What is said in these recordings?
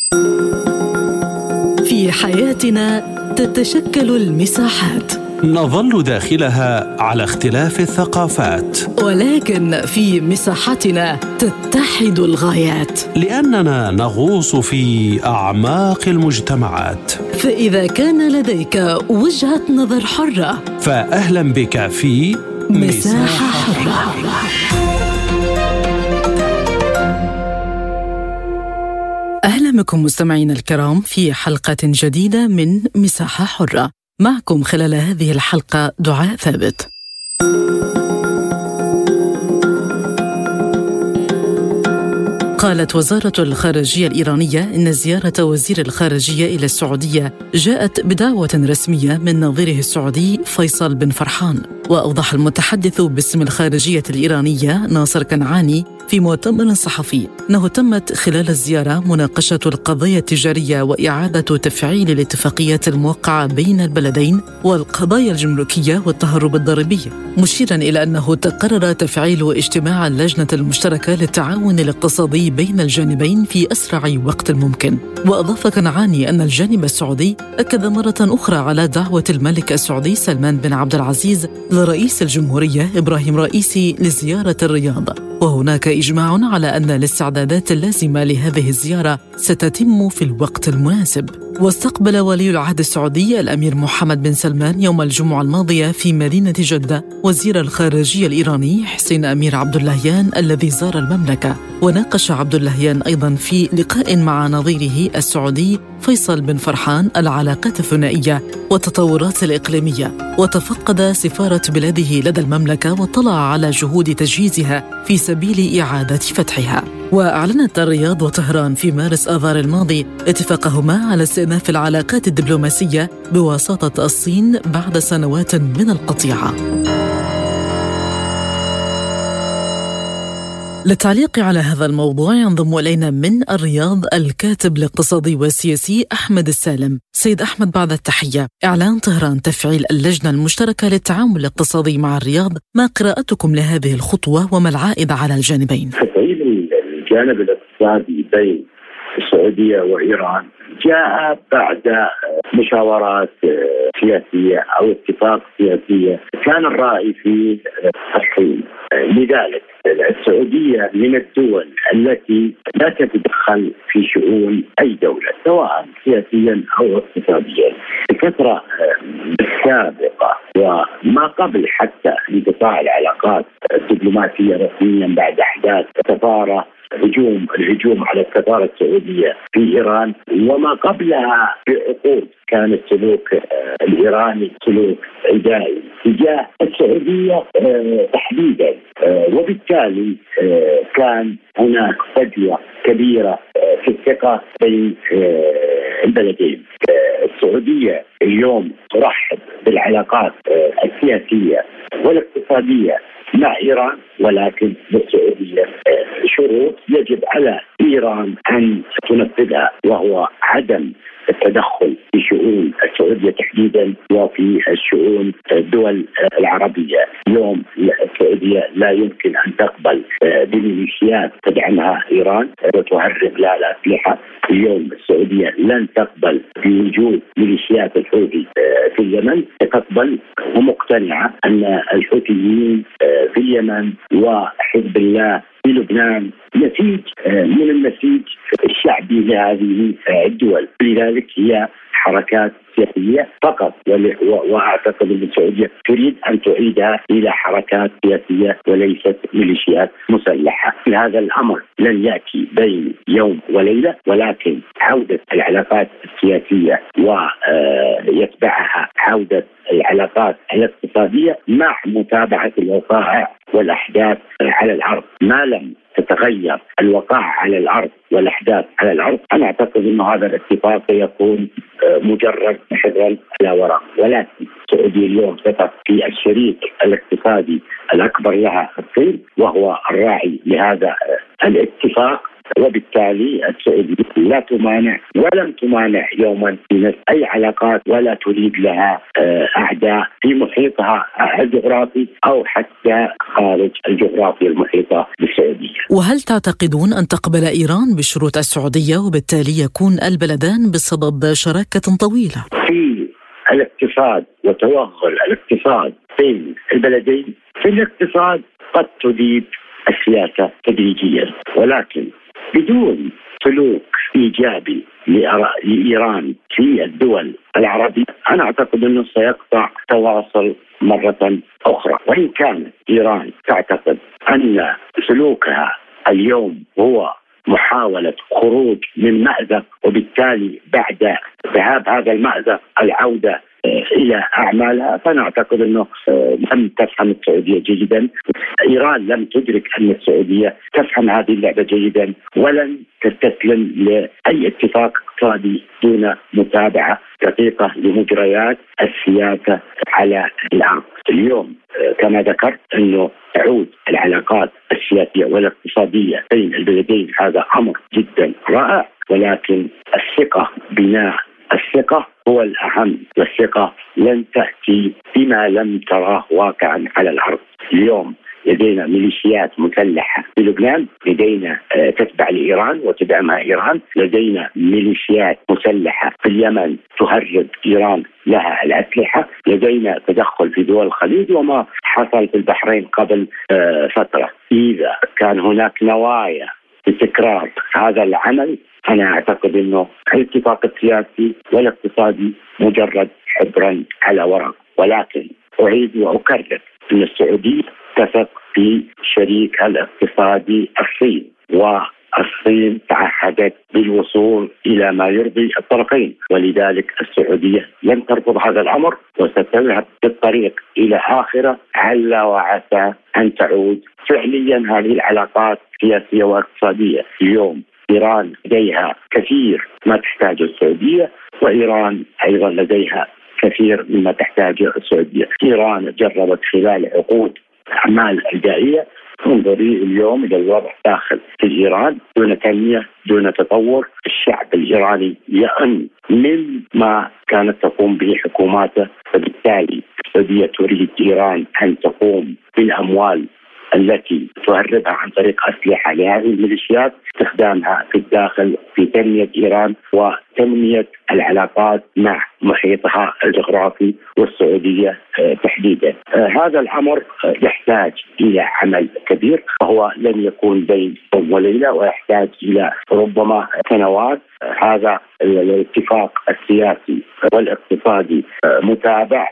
في حياتنا تتشكل المساحات، نظل داخلها على اختلاف الثقافات، ولكن في مساحتنا تتحد الغايات، لأننا نغوص في أعماق المجتمعات. فإذا كان لديك وجهة نظر حرة، فأهلا بك في مساحة حرة. أهلا بكم مستمعين الكرام في حلقة جديدة من مساحة حرة. معكم خلال هذه الحلقة دعاء ثابت. قالت وزارة الخارجية الإيرانية إن زيارة وزير الخارجية إلى السعودية جاءت بدعوة رسمية من نظيره السعودي فيصل بن فرحان. وأوضح المتحدث باسم الخارجية الإيرانية ناصر كنعاني في مؤتمر صحفي أنه تمت خلال الزيارة مناقشة القضايا التجارية وإعادة تفعيل الاتفاقيات الموقعة بين البلدين والقضايا الجمركية والتهرب الضريبي، مشيرا إلى أنه تقرر تفعيل اجتماع اللجنة المشتركة للتعاون الاقتصادي بين الجانبين في أسرع وقت ممكن. وأضاف كنعاني أن الجانب السعودي أكد مرة أخرى على دعوة الملك السعودي سلمان بن عبد العزيز لرئيس الجمهورية إبراهيم رئيسي لزيارة الرياض، وهناك إجماع على أن الاستعدادات اللازمة لهذه الزيارة ستتم في الوقت المناسب. واستقبل ولي العهد السعودي الأمير محمد بن سلمان يوم الجمعة الماضية في مدينة جدة وزير الخارجية الإيراني حسين أمير عبد اللهيان الذي زار المملكة. وناقش عبد اللهيان أيضا في لقاء مع نظيره السعودي فيصل بن فرحان العلاقات الثنائية والتطورات الإقليمية، وتفقد سفارة بلاده لدى المملكة واطلع على جهود تجهيزها في سبيل إعادة فتحها. وأعلنت الرياض وطهران في مارس آذار الماضي اتفاقهما على استئناف العلاقات الدبلوماسية بواسطة الصين بعد سنوات من القطيعة. للتعليق على هذا الموضوع ينضم إلينا من الرياض الكاتب الاقتصادي والسياسي أحمد السالم. سيد أحمد، بعد التحية، إعلان طهران تفعيل اللجنة المشتركة للتعاون الاقتصادي مع الرياض، ما قراءتكم لهذه الخطوة وما العائد على الجانبين؟ تفعيل الجانب الاقتصادي بين السعودية وإيران جاء بعد مشاورات سياسية أو اتفاق سياسية كان الرأي فيه الصين. لذلك السعودية من الدول التي لا تتدخل في شؤون أي دولة سواء سياسيا أو اقتصاديا. الفترة السابقة وما قبل حتى انقطاع العلاقات الدبلوماسية رسميا بعد أحداث الهجوم على السفارة السعودية في إيران، وما قبلها بعقود كان السلوك الإيراني سلوك عدائي تجاه السعودية تحديدا، وبالتالي كان هناك فجوة كبيرة في الثقة بين البلدين. السعودية اليوم ترحب بالعلاقات السياسية والاقتصادية مع إيران، ولكن للسعودية شروط يجب على إيران أن تنفذها، وهو عدم التدخل في شؤون السعودية تحديدا وفي الشؤون الدول العربية. اليوم السعودية لا يمكن أن تقبل بميليشيات تدعمها إيران وتهرب لها الأسلحة. اليوم السعودية لن تقبل بوجود ميليشيات الحوثي في اليمن، تقبل ومقتنعة أن الحوثيين في اليمن وحزب الله في لبنان نتيج من النسيج الشعبي لهذه الدول، لذلك هي حركات سياسية فقط، وأعتقد أن السعودية تريد أن تعيدها إلى حركات سياسية وليست ميليشيات مسلحة. هذا الأمر لن يأتي بين يوم وليلة، ولكن عودة العلاقات السياسية ويتبعها عودة العلاقات الاقتصادية مع متابعة الوقائع والأحداث على الأرض. ما لم تتغير الوقائع على الأرض والأحداث على الأرض، أنا أعتقد أن هذا الاتفاق يكون مجرد حجر على ورق. ولكن السعودية اليوم تثق في الشريك الاقتصادي الأكبر لها الصين، وهو الراعي لهذا الاتفاق، وبالتالي السعودية لا تمانع ولم تمانع يوما في أي علاقات ولا تريد لها أعداء في محيطها الجغرافي أو حتى خارج الجغرافيا المحيطة بالسعودية. وهل تعتقدون أن تقبل إيران بشروط السعودية وبالتالي يكون البلدان بصدد شراكة طويلة؟ في الاقتصاد وتوغل الاقتصاد بين البلدين، في الاقتصاد قد تزيد السياسة تدريجيا، ولكن بدون سلوك إيجابي لإيران في الدول العربية أنا أعتقد أنه سيقطع تواصل مرة أخرى. وإن كانت إيران تعتقد أن سلوكها اليوم هو محاولة خروج من مأزق، وبالتالي بعد ذهاب هذا المأزق العودة إلى أعمالها، فأنا أعتقد أنه لم تفهم السعودية جيدا. إيران لم تدرك أن السعودية تفهم هذه اللعبة جيدا، ولن تستسلم لأي اتفاق اقتصادي دون متابعة دقيقة لمجريات السياسة على الأرض. اليوم كما ذكرت أنه تعود العلاقات السياسية والاقتصادية بين البلدين، هذا أمر جدا رائع، ولكن الثقة، بناء الثقة هو الأهم، والثقة لن تأتي بما لم تراه واقعا على الأرض. اليوم لدينا ميليشيات مسلحة في لبنان، لدينا تتبع لإيران وتدعمها إيران، لدينا ميليشيات مسلحة في اليمن تهرب إيران لها الأسلحة، لدينا تدخل في دول الخليج وما حصل في البحرين قبل فترة. إذا كان هناك نوايا لتكرار هذا العمل، أنا أعتقد أنه الاتفاق السياسي والاقتصادي مجرد حبرا على ورق. ولكن أعيد وأكرر أن السعودية تثق في شريكها الاقتصادي الصين، والصين تعهدت بالوصول إلى ما يرضي الطرفين، ولذلك السعودية لن ترفض هذا الأمر وستذهب بالطريق إلى آخره، عل وعسى أن تعود فعليا هذه العلاقات السياسية والاقتصادية. اليوم إيران لديها كثير ما تحتاجه السعودية، وإيران أيضا لديها كثير مما تحتاجه السعودية. إيران جربت خلال عقود أعمال الجائية. انظري اليوم إلى الوضع داخل في إيران، دون تنمية، دون تطور. الشعب الإيراني يأن مما كانت تقوم به حكوماته، فبالتالي السعودية تريد إيران أن تقوم بالأموال التي تهربها عن طريق أسلحة لهذه الميليشيات، استخدامها في الداخل في تنمية إيران وتنمية العلاقات مع محيطها الجغرافي والسعودية تحديدا. هذا الأمر يحتاج إلى عمل كبير، وهو لن يكون بين يوم وليلة، ويحتاج إلى ربما سنوات. هذا الاتفاق السياسي والاقتصادي متابع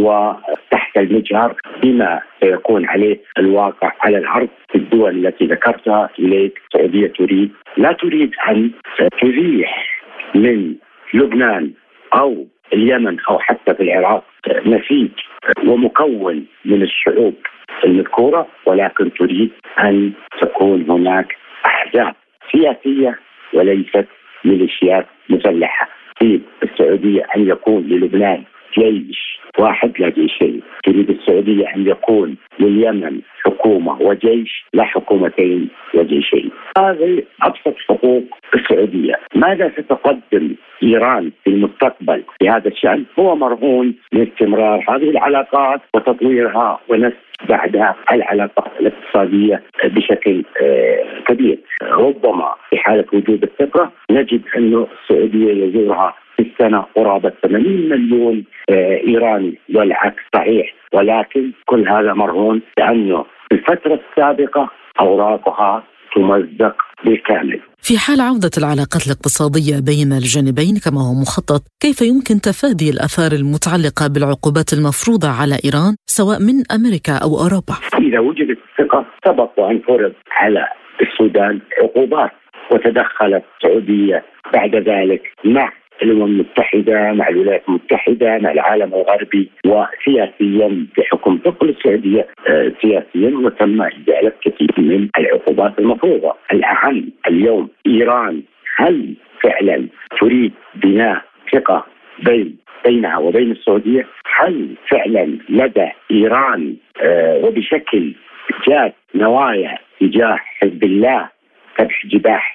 وتحت المجهر بما سيكون عليه الواقع على الأرض في الدول التي ذكرتها إليك. السعودية لا تريد أن تزيح من لبنان أو اليمن أو حتى في العراق نسيج ومكون من الشعوب المذكورة، ولكن تريد أن تكون هناك أحزاب سياسية وليست ميليشيات مسلحة. تريد السعودية أن يكون للبنان جيش واحد لا جيشين، تريد السعودية أن يكون لليمن حكومة وجيش لا حكومتين وجيشين. هذه أبسط حقوق السعودية. ماذا ستقدم إيران في المستقبل في هذا الشأن هو مرهون لاستمرار هذه العلاقات وتطويرها ونسج بعدها العلاقات الاقتصادية بشكل كبير. ربما في حالة وجود الثقة نجد أن السعودية يزورها في السنة قرابة 80 مليون إيراني والعكس صحيح، ولكن كل هذا مرهون لأنه في الفترة السابقة أوراقها تمزق بالكامل. في حال عودة العلاقات الاقتصادية بين الجانبين كما هو مخطط، كيف يمكن تفادي الآثار المتعلقة بالعقوبات المفروضة على إيران سواء من أمريكا أو أوروبا؟ إذا وجدت الثقة سبق وأن فرض على السودان عقوبات، وتدخلت السعودية بعد ذلك مع الأمم المتحدة، مع الولايات المتحدة، مع العالم الغربي، وسياسيا بحكم ثقل السعودية سياسيا، وتم إزالة كثير من العقوبات المفروضة. الأهم اليوم إيران هل فعلا تريد بناء ثقة بينها وبين السعودية؟ هل فعلا لدى إيران وبشكل جاد نوايا تجاه حزب الله فتح جباح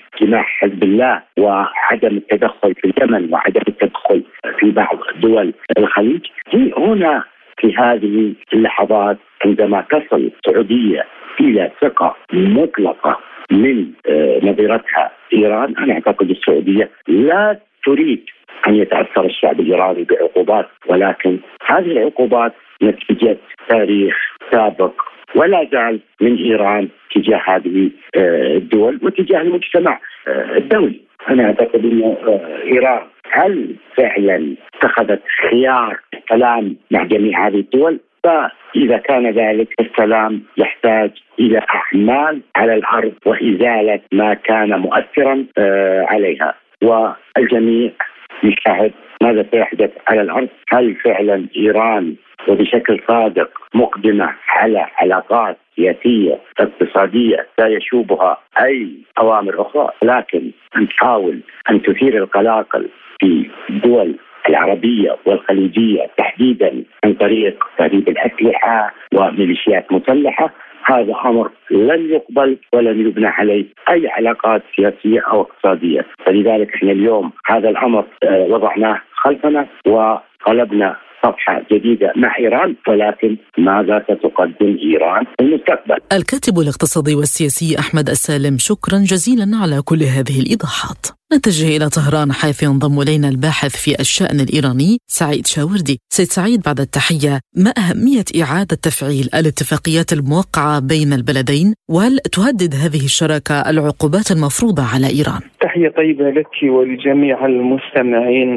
جماح حزب الله وعدم التدخل في اليمن وعدم التدخل في بعض دول الخليج. هنا في هذه اللحظات عندما تصل السعودية إلى ثقة مطلقة من نظيرتها إيران، أنا أعتقد السعودية لا تريد أن يتأثر الشعب الإيراني بعقوبات، ولكن هذه العقوبات نتيجة تاريخ سابق ولا زال من إيران تجاه هذه الدول وتجاه المجتمع الدولي. أنا أعتقد أن إيران هل فعلا اتخذت خيار الكلام مع جميع هذه الدول؟ فإذا كان ذلك السلام يحتاج إلى أعمال على الأرض وإزالة ما كان مؤثرا عليها، والجميع يشاهد ماذا سيحدث على الأرض. هل فعلا إيران وبشكل صادق مقدمة على علاقات سياسية اقتصادية لا يشوبها أي أوامر أخرى، لكن أن تحاول أن تثير القلاقل في الدول العربية والخليجية تحديدا عن طريق تهريب الأسلحة وميليشيات مسلحة، هذا أمر لن يقبل ولن يبنى عليه أي علاقات سياسية أو اقتصادية. فلذلك احنا اليوم هذا الأمر وضعناه خلفنا وقلبنا صفحة جديدة مع إيران، ولكن ماذا ستقدم إيران في المستقبل؟ الكاتب الاقتصادي والسياسي أحمد السالم، شكرا جزيلا على كل هذه الإيضاحات. نتجه إلى طهران حيث ينضم إلينا الباحث في الشأن الإيراني سعيد شاوردي. سيد سعيد، بعد التحية، ما أهمية إعادة تفعيل الاتفاقيات الموقعة بين البلدين، وهل تهدد هذه الشراكة العقوبات المفروضة على إيران؟ تحية طيبة لك ولجميع المستمعين.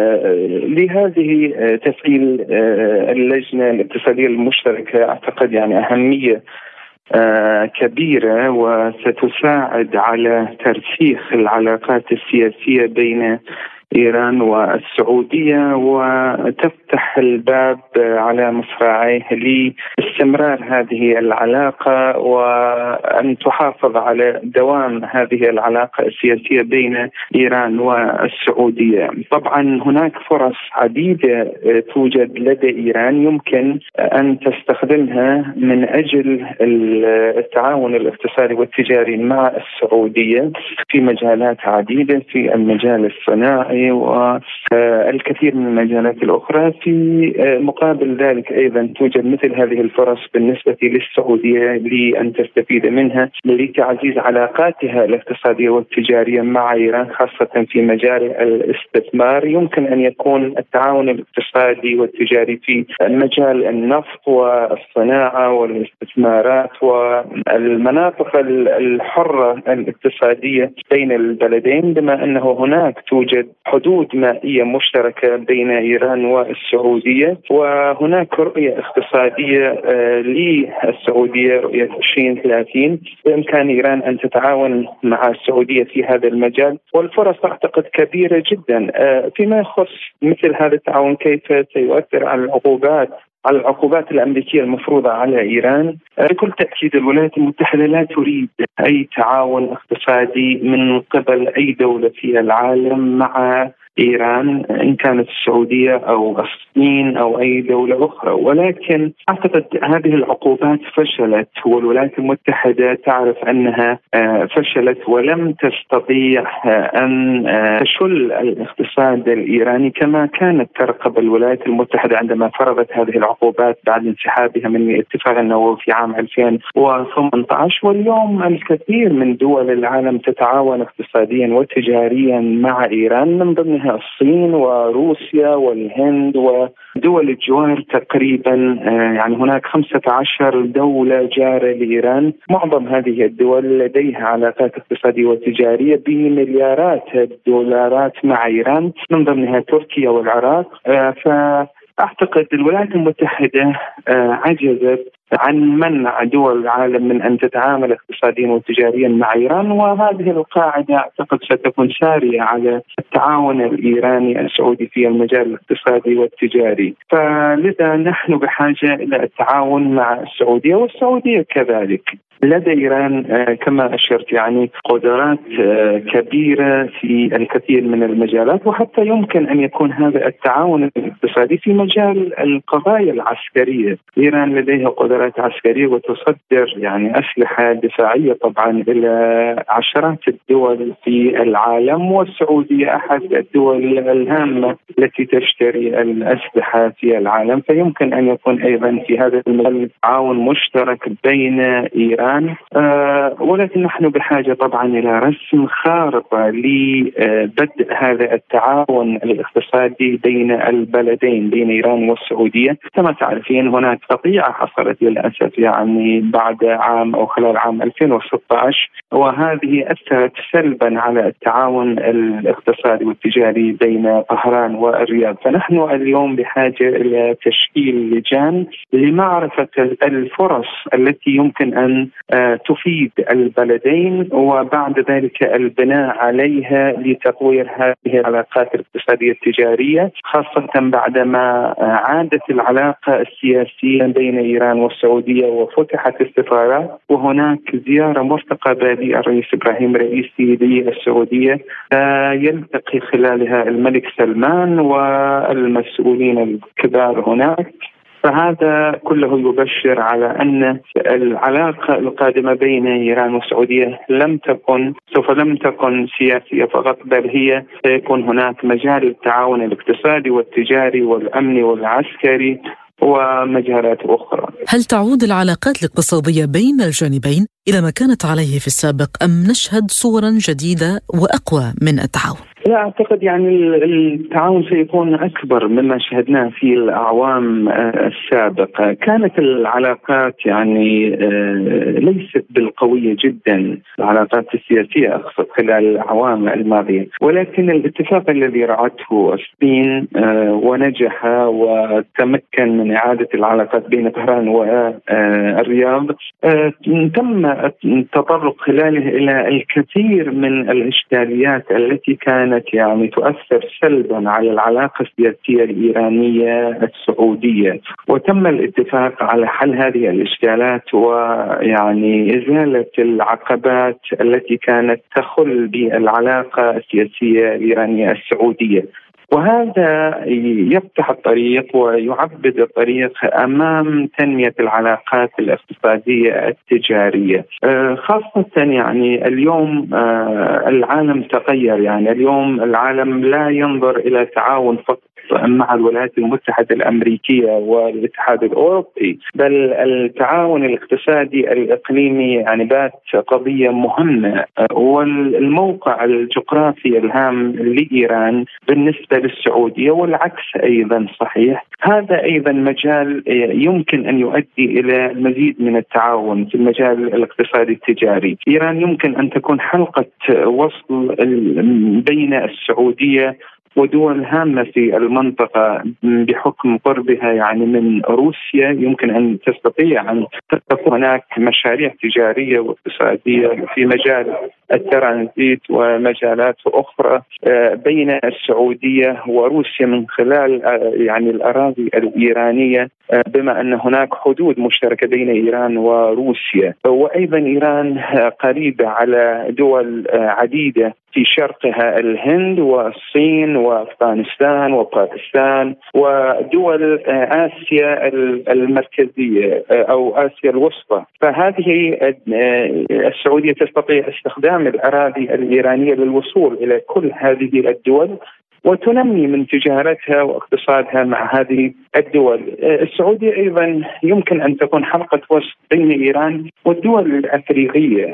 لهذه تفعيل اللجنة الاقتصادية المشتركة أعتقد أهمية كبيرة وستساعد على ترسيخ العلاقات السياسية بين إيران والسعودية وتفتح الباب على مصراعيه لاستمرار هذه العلاقة وأن تحافظ على دوام هذه العلاقة السياسية بين إيران والسعودية. طبعا هناك فرص عديدة توجد لدى إيران يمكن أن تستخدمها من أجل التعاون الاقتصادي والتجاري مع السعودية في مجالات عديدة، في المجال الصناعي والكثير من المجالات الأخرى. في مقابل ذلك أيضا توجد مثل هذه الفرص بالنسبة للسعودية لأن تستفيد منها لتعزيز علاقاتها الاقتصادية والتجارية مع إيران، خاصة في مجال الاستثمار. يمكن أن يكون التعاون الاقتصادي والتجاري في مجال النفط والصناعة والاستثمارات والمناطق الحرة الاقتصادية بين البلدين، بما أنه هناك توجد حدود مائية مشتركة بين إيران والسعودية، وهناك رؤية اقتصادية للسعودية، رؤية 2030، بإمكان إيران أن تتعاون مع السعودية في هذا المجال، والفرص أعتقد كبيرة جدا. فيما يخص مثل هذا التعاون كيف سيؤثر على العقوبات الأمريكية المفروضة على إيران، بكل تأكيد الولايات المتحدة لا تريد أي تعاون اقتصادي من قبل أي دولة في العالم مع إيران، إن كانت السعودية أو الصين أو أي دولة أخرى. ولكن أعتقد هذه العقوبات فشلت، والولايات المتحدة تعرف أنها فشلت ولم تستطيع أن تشل الاقتصاد الإيراني كما كانت ترقب الولايات المتحدة عندما فرضت هذه العقوبات بعد انسحابها من الاتفاق النووي في عام 2018. واليوم الكثير من دول العالم تتعاون اقتصاديا وتجاريا مع إيران، من ضمنها الصين وروسيا والهند ودول الجوار تقريبا. هناك 15 دولة جارة لإيران. معظم هذه الدول لديها علاقات اقتصادية وتجارية بمليارات الدولارات مع إيران، من ضمنها تركيا والعراق. فأعتقد الولايات المتحدة عجزت عن منع دول العالم من أن تتعامل اقتصاديا وتجاريا مع إيران، وهذه القاعدة أعتقد ستكون سارية على التعاون الإيراني السعودي في المجال الاقتصادي والتجاري. فلذا نحن بحاجة إلى التعاون مع السعودية والسعودية كذلك. لدى إيران كما أشرت يعني قدرات كبيرة في الكثير من المجالات، وحتى يمكن أن يكون هذا التعاون الاقتصادي في مجال القضايا العسكرية. إيران لديها قدرات عسكرية وتصدر يعني أسلحة دفاعية طبعا إلى عشرات الدول في العالم، والسعودية أحد الدول الهامة التي تشتري الأسلحة في العالم، فيمكن أن يكون أيضا في هذا المجال تعاون مشترك بين إيران، ولكن نحن بحاجة طبعا إلى رسم خارطة لبدء هذا التعاون الاقتصادي بين البلدين، بين إيران والسعودية. كما تعرفين هناك قطيعة حصلت للأسف يعني بعد عام أو خلال عام 2016، وهذه أثرت سلبا على التعاون الاقتصادي والتجاري بين طهران والرياض. فنحن اليوم بحاجة إلى تشكيل لجان لمعرفة الفرص التي يمكن أن تفيد البلدين، وبعد ذلك البناء عليها لتطوير هذه العلاقات الاقتصادية التجارية، خاصة بعدما عادت العلاقة السياسية بين إيران والسعودية وفتحت السفارات، وهناك زيارة مرتقبة للرئيس إبراهيم رئيسي للسعودية يلتقي خلالها الملك سلمان والمسؤولين الكبار هناك. فهذا كله يبشر على أن العلاقة القادمة بين إيران والسعودية سوف لم تكن سياسية فقط، بل هي سيكون هناك مجال التعاون الاقتصادي والتجاري والأمني والعسكري ومجالات أخرى. هل تعود العلاقات الاقتصادية بين الجانبين إلى ما كانت عليه في السابق، أم نشهد صورا جديدة وأقوى من التعاون؟ لا أعتقد يعني التعاون سيكون أكبر مما شهدناه في الأعوام السابقة. كانت العلاقات يعني ليست بالقوية جدا، العلاقات السياسية أقصد خلال الأعوام الماضية، ولكن الاتفاق الذي رعته الصين ونجح وتمكن من إعادة العلاقات بين طهران والرياض تم التطرق خلاله إلى الكثير من الإشكاليات التي كانت يعني تؤثر سلبا على العلاقة السياسية الإيرانية السعودية، وتم الاتفاق على حل هذه الإشكالات ويعني إزالة العقبات التي كانت تخل بالعلاقة السياسية الإيرانية السعودية. وهذا يفتح الطريق ويعبد الطريق أمام تنمية العلاقات الاقتصادية التجارية، خاصة يعني اليوم العالم تغير. يعني اليوم العالم لا ينظر إلى تعاون فقط مع الولايات المتحدة الأمريكية والاتحاد الأوروبي، بل التعاون الاقتصادي الإقليمي يعني بات قضية مهمة، والموقع الجغرافي الهام لإيران بالنسبة للسعودية والعكس أيضا صحيح. هذا أيضا مجال يمكن أن يؤدي إلى المزيد من التعاون في المجال الاقتصادي التجاري. إيران يمكن أن تكون حلقة وصل بين السعودية ودول هامة في المنطقة بحكم قربها يعني من روسيا. يمكن أن تستطيع أن تكون هناك مشاريع تجارية واقتصادية في مجال الترانزيت ومجالات أخرى بين السعودية وروسيا من خلال يعني الأراضي الإيرانية، بما أن هناك حدود مشتركة بين إيران وروسيا. وأيضا إيران قريبة على دول عديدة في شرقها الهند والصين وأفغانستان وباكستان ودول آسيا المركزية أو آسيا الوسطى. فهذه السعودية تستطيع استخدام الأراضي الإيرانية للوصول إلى كل هذه الدول وتنمي من تجارتها واقتصادها مع هذه الدول. السعودية أيضا يمكن أن تكون حلقة وسط بين إيران والدول الأفريقية.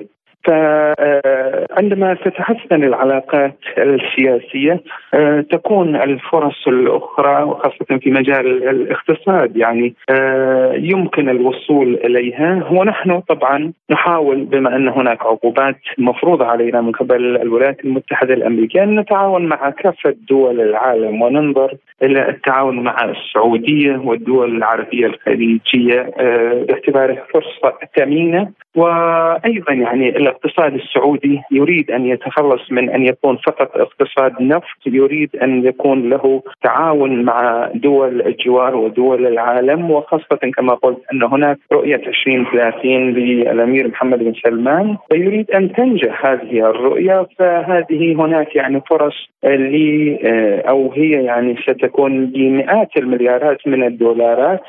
فعندما تتحسن العلاقات السياسية تكون الفرص الأخرى وخاصة في مجال الاقتصاد يعني يمكن الوصول إليها. ونحن طبعا نحاول بما أن هناك عقوبات مفروضة علينا من قبل الولايات المتحدة الأمريكية أن نتعاون مع كافة دول العالم وننظر إلى التعاون مع السعودية والدول العربية الخليجية باعتباره فرصة ثمينة وأيضا يعني الاقتصاد السعودي يريد أن يتخلص من أن يكون فقط اقتصاد نفط، يريد أن يكون له تعاون مع دول الجوار ودول العالم، وخاصة كما قلت أن هناك رؤية 2030 للأمير محمد بن سلمان، ويريد أن تنجح هذه الرؤية. فهذه هناك يعني فرص أو هي يعني ستكون بمئات المليارات من الدولارات،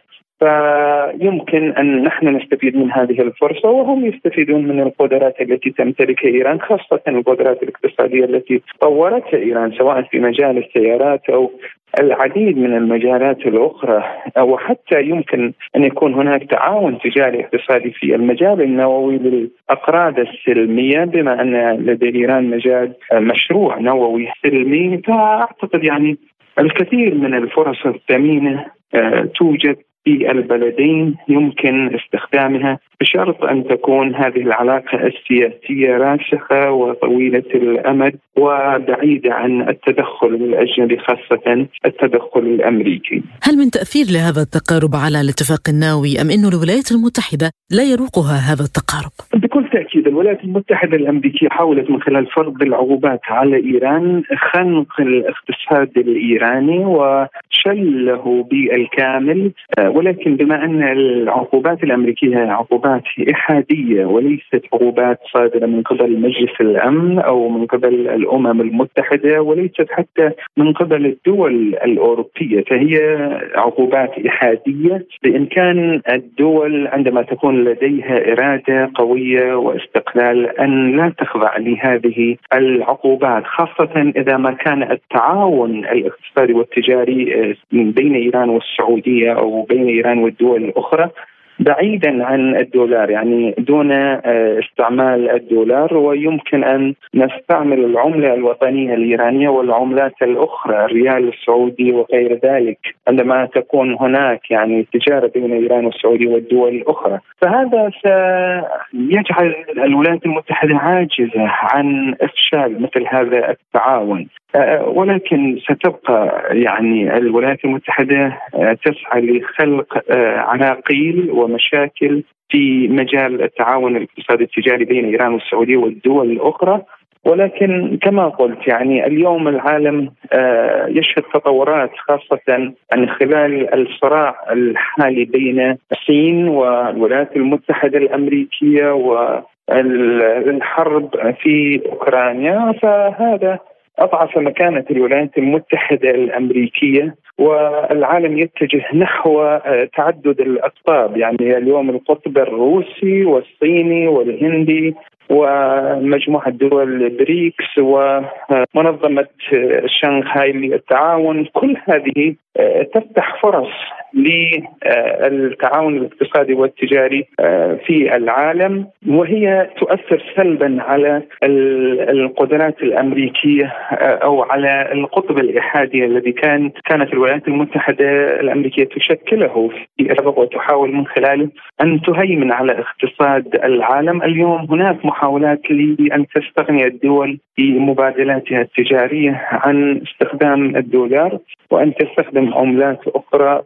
فيمكن أن نحن نستفيد من هذه الفرصة وهم يستفيدون من القدرات التي تمتلكها إيران، خاصة القدرات الاقتصادية التي طورتها إيران سواء في مجال السيارات أو العديد من المجالات الأخرى، أو حتى يمكن أن يكون هناك تعاون تجاري اقتصادي في المجال النووي للأقراض السلمية، بما أن لدى إيران مشروع نووي سلمي. فأعتقد يعني الكثير من الفرص الثمينة توجد في البلدين يمكن استخدامها، بشرط أن تكون هذه العلاقة السياسية راسخة وطويلة الأمد وبعيدة عن التدخل الأجنبي، خاصة التدخل الأمريكي. هل من تأثير لهذا التقارب على الاتفاق النووي أم أن الولايات المتحدة لا يروقها هذا التقارب؟ بكل تأكيد الولايات المتحدة الأمريكية حاولت من خلال فرض العقوبات على إيران خنق الاقتصاد الإيراني وشله بالكامل، ولكن بما أن العقوبات الأمريكية عقوبات إحادية وليست عقوبات صادرة من قبل مجلس الأمن أو من قبل الأمم المتحدة وليست حتى من قبل الدول الأوروبية، فهي عقوبات إحادية. بإمكان الدول عندما تكون لديها إرادة قوية واستقلال أن لا تخضع لهذه العقوبات، خاصة إذا ما كان التعاون الاقتصادي والتجاري بين إيران والسعودية أو بين إيران والدول الأخرى بعيدا عن الدولار، يعني دون استعمال الدولار، ويمكن أن نستعمل العملة الوطنية الإيرانية والعملات الأخرى، الريال السعودي وغير ذلك، عندما تكون هناك يعني تجارة بين إيران والسعودية والدول الأخرى. فهذا سيجعل الولايات المتحدة عاجزة عن إفشال مثل هذا التعاون، ولكن ستبقى يعني الولايات المتحدة تسعى لخلق عراقيل ومشاكل في مجال التعاون الاقتصادي التجاري بين إيران والسعودية والدول الأخرى. ولكن كما قلت يعني اليوم العالم يشهد تطورات، خاصة عن خلال الصراع الحالي بين الصين والولايات المتحدة الأمريكية والحرب في أوكرانيا، فهذا أضعف مكانة الولايات المتحدة الأمريكية، والعالم يتجه نحو تعدد الأقطاب، يعني اليوم القطب الروسي والصيني والهندي ومجموعة دول بريكس ومنظمة شنغهاي للتعاون، كل هذه تفتح فرص للتعاون الاقتصادي والتجاري في العالم، وهي تؤثر سلبا على القدرات الأمريكية أو على القطب الإحادي الذي كانت الولايات المتحدة الأمريكية تشكله في السابق وتحاول من خلاله أن تهيمن على اقتصاد العالم. اليوم هناك محاولات لأن تستغني الدول في مبادلاتها التجارية عن استخدام الدولار وأن تستخدم عملات أخرى،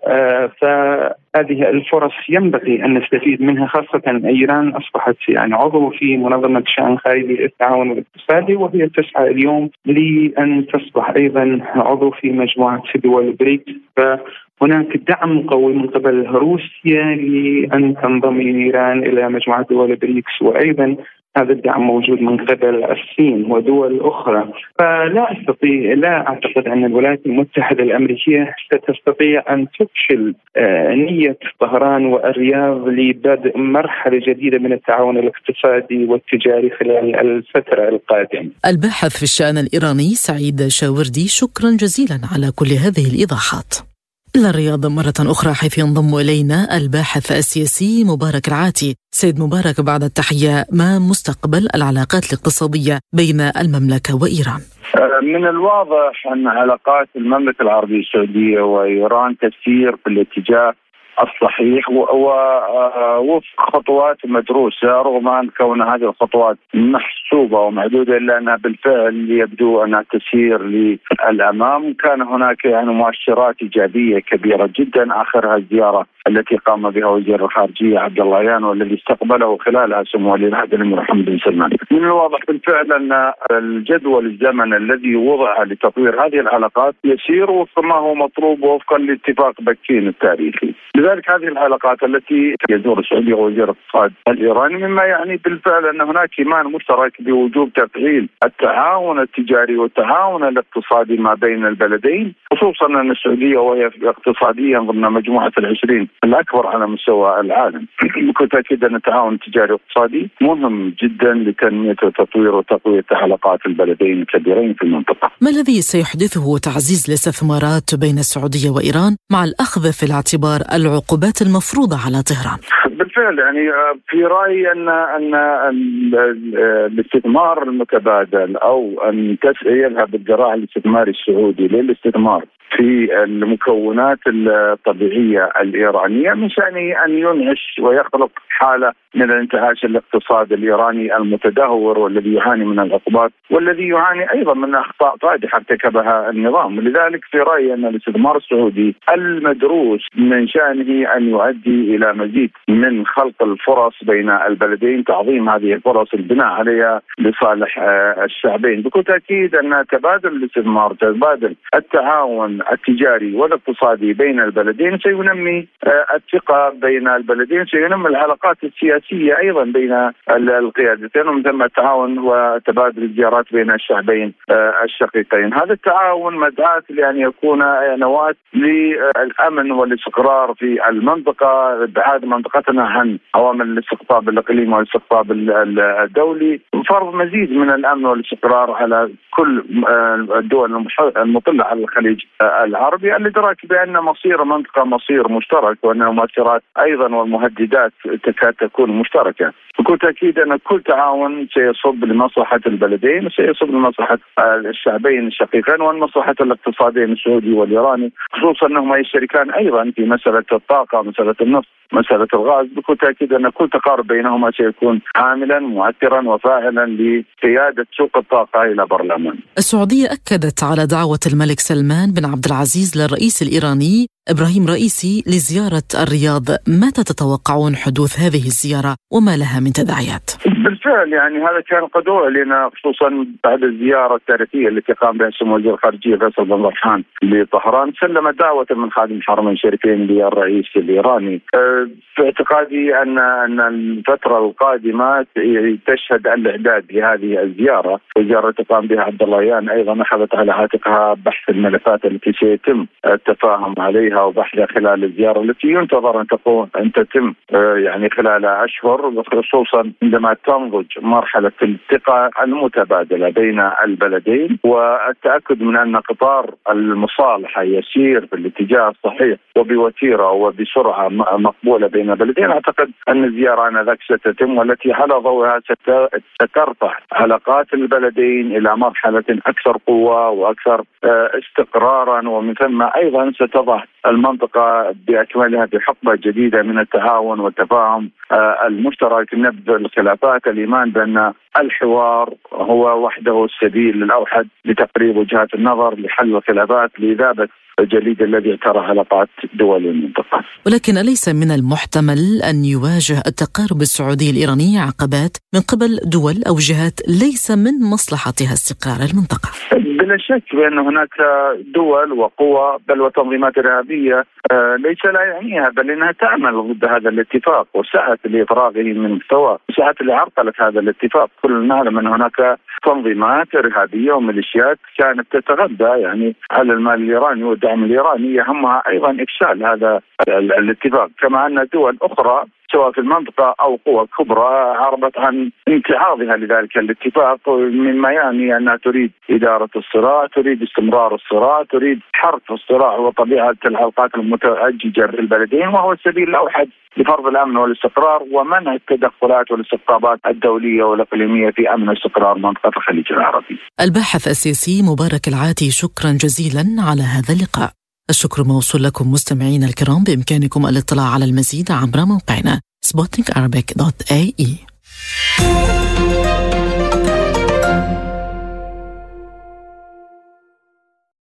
فهذه الفرص ينبغي أن نستفيد منها، خاصة إيران أصبحت يعني عضو في منظمة شنغهاي للتعاون الاقتصادي، وهي تسعى اليوم لأن تصبح أيضا عضو في مجموعة دول بريكس. هناك دعم قوي من قبل روسيا لأن تنضم إيران إلى مجموعة دول بريكس، وأيضا هذا الدعم موجود من قبل الصين ودول أخرى. لا أعتقد أن الولايات المتحدة الأمريكية ستستطيع أن تفشل نية طهران والرياض لبدء مرحلة جديدة من التعاون الاقتصادي والتجاري خلال الفترة القادمة. الباحث في الشأن الإيراني سعيد شاوردي، شكرا جزيلا على كل هذه الإيضاحات. إلى الرياض مرة أخرى حيث ينضم إلينا الباحث السياسي مبارك العاتي. سيد مبارك، بعد التحية، ما مستقبل العلاقات الاقتصادية بين المملكة وإيران؟ من الواضح أن علاقات المملكة العربية السعودية وإيران تسير في الاتجاه الصحيح ووفق خطوات مدروسة، رغم أن كون هذه الخطوات محسوبة ومحدودة إلا أنها بالفعل يبدو أنها تسير للأمام. كان هناك مؤشرات إيجابية كبيرة جدا، آخرها الزيارة التي قام بها وزير الخارجية عبد اللهيان والذي استقبله خلالها سمو ولي العهد الأمير محمد بن سلمان. من الواضح بالفعل أن الجدول الزمن الذي وضع لتطوير هذه العلاقات يسير وفق ما هو مطلوب وفقا لاتفاق بكين التاريخي. لذلك هذه العلاقات التي يزور السعودية ووزير الاقتصاد الإيراني مما يعني بالفعل أن هناك إيمان مشترك بوجوب تفعيل التعاون التجاري والتعاون الاقتصادي ما بين البلدين، خصوصا أن السعودية وهي اقتصاديا ضمن مجموعة ال20 الأكبر على مستوى العالم. بكل تأكيد أن التعاون التجاري والاقتصادي مهم جدا لتنمية وتطوير وتقوية علاقات البلدين الكبيرين في المنطقة. ما الذي سيحدثه تعزيز الاستثمارات بين السعودية وإيران مع الأخذ في الاعتبار العقوبات المفروضة على طهران؟ بالفعل في رأيي أن الاستثمار المتبادل أو أن يذهب الذراع الاستثماري السعودي للاستثمار في المكونات الطبيعية الإيرانية من شأنه أن ينعش ويخلق حالة من الانتعاش الاقتصادي الإيراني المتدهور والذي يعاني من العقوبات والذي يعاني أيضا من أخطاء فادحة ارتكبها النظام. لذلك في رأيي أن الاستثمار السعودي المدروس من شأنه أن يؤدي إلى مزيد من خلق الفرص بين البلدين، تعظيم هذه الفرص، البناء عليها لصالح الشعبين. بكل تأكيد أن تبادل الاستثمار، تبادل التعاون التجاري والاقتصادي بين البلدين سينمي الثقة بين البلدين، سينمي العلاقات السياسية أيضا بين القيادتين، ومن ثم التعاون وتبادل الزيارات بين الشعبين الشقيقين. هذا التعاون مدعاة لأن يكون نواة للأمن والاستقرار في المنطقة، ابعاد منطقتنا عن عوامل الاستقطاب الإقليمي والاستقطاب الدولي، فرض مزيد من الأمن والاستقرار على كل الدول المطلة على الخليج العربي، الإدراك بأن مصير منطقة مصير مشترك وأن المؤثرات أيضا والمهددات تكاد تكون مشتركة. بكل تأكيد أن كل تعاون سيصب لمصلحة البلدين وسيصب لمصلحة الشعبين الشقيقين والمصلحة الاقتصادين السعودي والإيراني، خصوصا أنهما يشتركان أيضا في مسألة الطاقة، مسألة النفط، مسألة الغاز. بكل تأكيد أن كل تقارب بينهما سيكون عاملا مؤثرا وفاعلا لقيادة سوق الطاقة إلى برلمان. السعودية أكدت على دعوة الملك سلمان بن عبد العزيز للرئيس الإيراني إبراهيم رئيسي لزيارة الرياض. متى تتوقعون حدوث هذه الزيارة وما لها من تداعيات؟ بالفعل هذا كان قدوة لنا، خصوصا بعد الزيارة التاريخية التي قام بها سمو وزير الخارجية فيصل بن فرحان لطهران، سلم دعوة من خادم الحرمين الشريفين للرئيس الإيراني. في اعتقادي أن الفترة القادمة تشهد الإعداد لهذه الزيارة، والزيارة التي قام بها عبد اللهيان أيضا أخذت على عاتقها بحث الملفات التي سيتم التفاهم عليها وبحثها خلال الزيارة التي ينتظر أن تتم خلال أشهر، خصوصا عندما تنضج مرحلة الثقة المتبادلة بين البلدين والتأكد من أن قطار المصالحة يسير في الاتجاه الصحيح وبوتيرة وبسرعة مقبولة بين البلدين. أعتقد أن الزيارة آنذاك ستتم والتي على ضوءها سترفع علاقات البلدين إلى مرحلة أكثر قوة وأكثر استقرارا، ومن ثم أيضا ستضع المنطقة بأكملها بحقبة جديدة من التعاون والتفاهم المشترك، نبذ الخلافات، الإيمان بأن الحوار هو وحده السبيل الأوحد لتقريب وجهات النظر، لحل الخلافات، لإذابة الجليد الذي اعترى علاقات دول المنطقة. ولكن أليس من المحتمل أن يواجه التقارب السعودي الإيراني عقبات من قبل دول أو جهات ليس من مصلحتها استقرار المنطقة؟ بلا شك بأن هناك دول وقوى بل وتنظيمات إرهابية ليس لا يعنيها بل إنها تعمل ضد هذا الاتفاق وسعت لإفراغه من مستوى، وسعت لعرقلة هذا الاتفاق. كلنا نعلم أن هناك تنظيمات إرهابية وميليشيات كانت تتغذى على المال الإيراني والدعم الإيراني، يهمها أيضا إفشال هذا الاتفاق، كما أن دول أخرى سواء في المنطقة أو قوى كبرى عربت عن امتعاضها لذلك الاتفاق، مما يعني أنها تريد إدارة الصراع، تريد استمرار الصراع، تريد حرف الصراع وطبيعة العلاقات المتأججة في البلدين، وهو السبيل الأوحد لفرض الأمن والاستقرار ومنع التدخلات والاستقطابات الدولية والإقليمية في أمن واستقرار منطقة الخليج العربي. الباحث السياسي مبارك العاتي، شكرا جزيلا على هذا اللقاء. الشكر موصول لكم مستمعينا الكرام. بإمكانكم الاطلاع على المزيد عبر موقعنا sputnikarabic.ae.